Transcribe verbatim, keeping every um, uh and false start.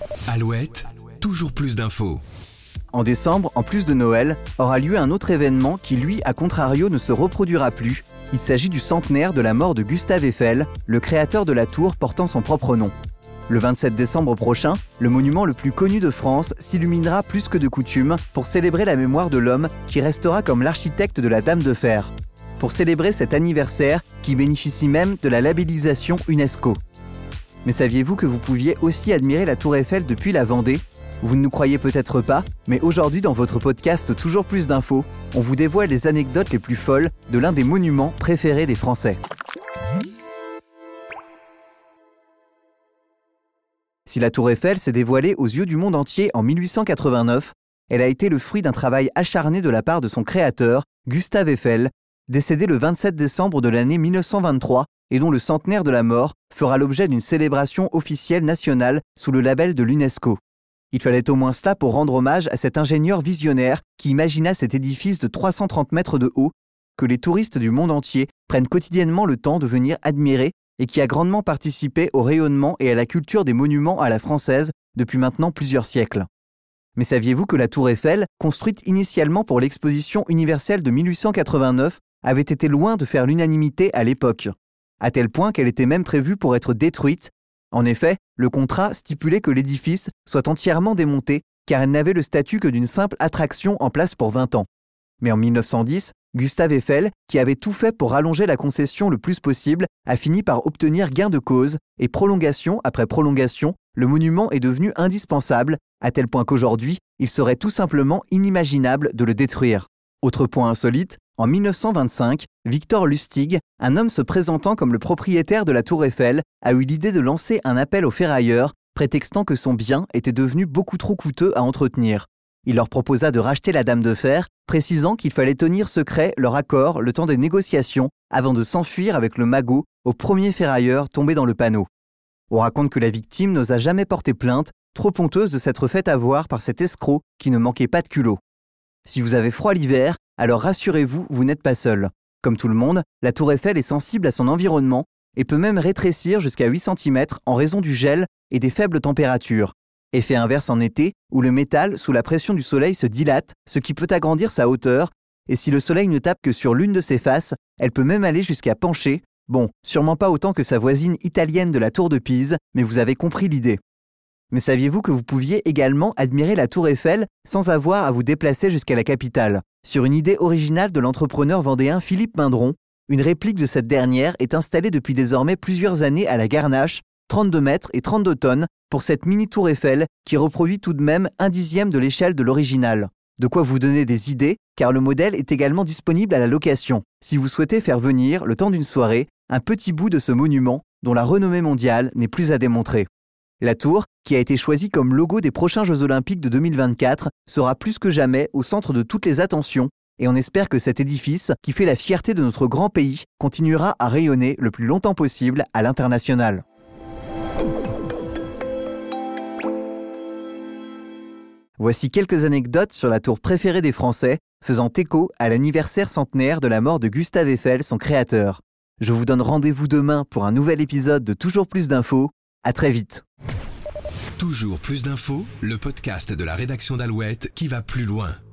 Alouette, toujours plus d'infos. En décembre, en plus de Noël, aura lieu un autre événement qui, lui, à contrario, ne se reproduira plus. Il s'agit du centenaire de la mort de Gustave Eiffel, le créateur de la tour portant son propre nom. Le vingt-sept décembre prochain, le monument le plus connu de France s'illuminera plus que de coutume pour célébrer la mémoire de l'homme qui restera comme l'architecte de la Dame de Fer. Pour célébrer cet anniversaire qui bénéficie même de la labellisation UNESCO. Mais saviez-vous que vous pouviez aussi admirer la tour Eiffel depuis la Vendée ? Vous ne nous croyez peut-être pas, mais aujourd'hui dans votre podcast Toujours plus d'infos, on vous dévoile les anecdotes les plus folles de l'un des monuments préférés des Français. Si la tour Eiffel s'est dévoilée aux yeux du monde entier en mille huit cent quatre-vingt-neuf, elle a été le fruit d'un travail acharné de la part de son créateur, Gustave Eiffel, décédé le vingt-sept décembre de l'année mille neuf cent vingt-trois et dont le centenaire de la mort fera l'objet d'une célébration officielle nationale sous le label de l'UNESCO. Il fallait au moins cela pour rendre hommage à cet ingénieur visionnaire qui imagina cet édifice de trois cent trente mètres de haut que les touristes du monde entier prennent quotidiennement le temps de venir admirer et qui a grandement participé au rayonnement et à la culture des monuments à la française depuis maintenant plusieurs siècles. Mais saviez-vous que la tour Eiffel, construite initialement pour l'exposition universelle de mille huit cent quatre-vingt-neuf, avait été loin de faire l'unanimité à l'époque, à tel point qu'elle était même prévue pour être détruite. En effet, le contrat stipulait que l'édifice soit entièrement démonté car elle n'avait le statut que d'une simple attraction en place pour vingt ans. Mais en mille neuf cent dix, Gustave Eiffel, qui avait tout fait pour rallonger la concession le plus possible, a fini par obtenir gain de cause et prolongation après prolongation, le monument est devenu indispensable, à tel point qu'aujourd'hui, il serait tout simplement inimaginable de le détruire. Autre point insolite, en mille neuf cent vingt-cinq, Victor Lustig, un homme se présentant comme le propriétaire de la tour Eiffel, a eu l'idée de lancer un appel aux ferrailleurs, prétextant que son bien était devenu beaucoup trop coûteux à entretenir. Il leur proposa de racheter la Dame de Fer, précisant qu'il fallait tenir secret leur accord le temps des négociations avant de s'enfuir avec le magot au premier ferrailleur tombé dans le panneau. On raconte que la victime n'osa jamais porter plainte, trop honteuse de s'être fait avoir par cet escroc qui ne manquait pas de culot. Si vous avez froid l'hiver, alors rassurez-vous, vous n'êtes pas seul. Comme tout le monde, la tour Eiffel est sensible à son environnement et peut même rétrécir jusqu'à huit centimètres en raison du gel et des faibles températures. Effet inverse en été, où le métal, sous la pression du soleil, se dilate, ce qui peut agrandir sa hauteur, et si le soleil ne tape que sur l'une de ses faces, elle peut même aller jusqu'à pencher. Bon, sûrement pas autant que sa voisine italienne de la tour de Pise, mais vous avez compris l'idée. Mais saviez-vous que vous pouviez également admirer la tour Eiffel sans avoir à vous déplacer jusqu'à la capitale ? Sur une idée originale de l'entrepreneur vendéen Philippe Mindron, une réplique de cette dernière est installée depuis désormais plusieurs années à la Garnache, trente-deux mètres et trente-deux tonnes, pour cette mini-tour Eiffel qui reproduit tout de même un dixième de l'échelle de l'original. De quoi vous donner des idées, car le modèle est également disponible à la location, si vous souhaitez faire venir, le temps d'une soirée, un petit bout de ce monument dont la renommée mondiale n'est plus à démontrer. La tour, qui a été choisie comme logo des prochains Jeux Olympiques de deux mille vingt-quatre, sera plus que jamais au centre de toutes les attentions et on espère que cet édifice, qui fait la fierté de notre grand pays, continuera à rayonner le plus longtemps possible à l'international. Voici quelques anecdotes sur la tour préférée des Français, faisant écho à l'anniversaire centenaire de la mort de Gustave Eiffel, son créateur. Je vous donne rendez-vous demain pour un nouvel épisode de Toujours plus d'infos. À très vite. Toujours plus d'infos, le podcast de la rédaction d'Alouette qui va plus loin.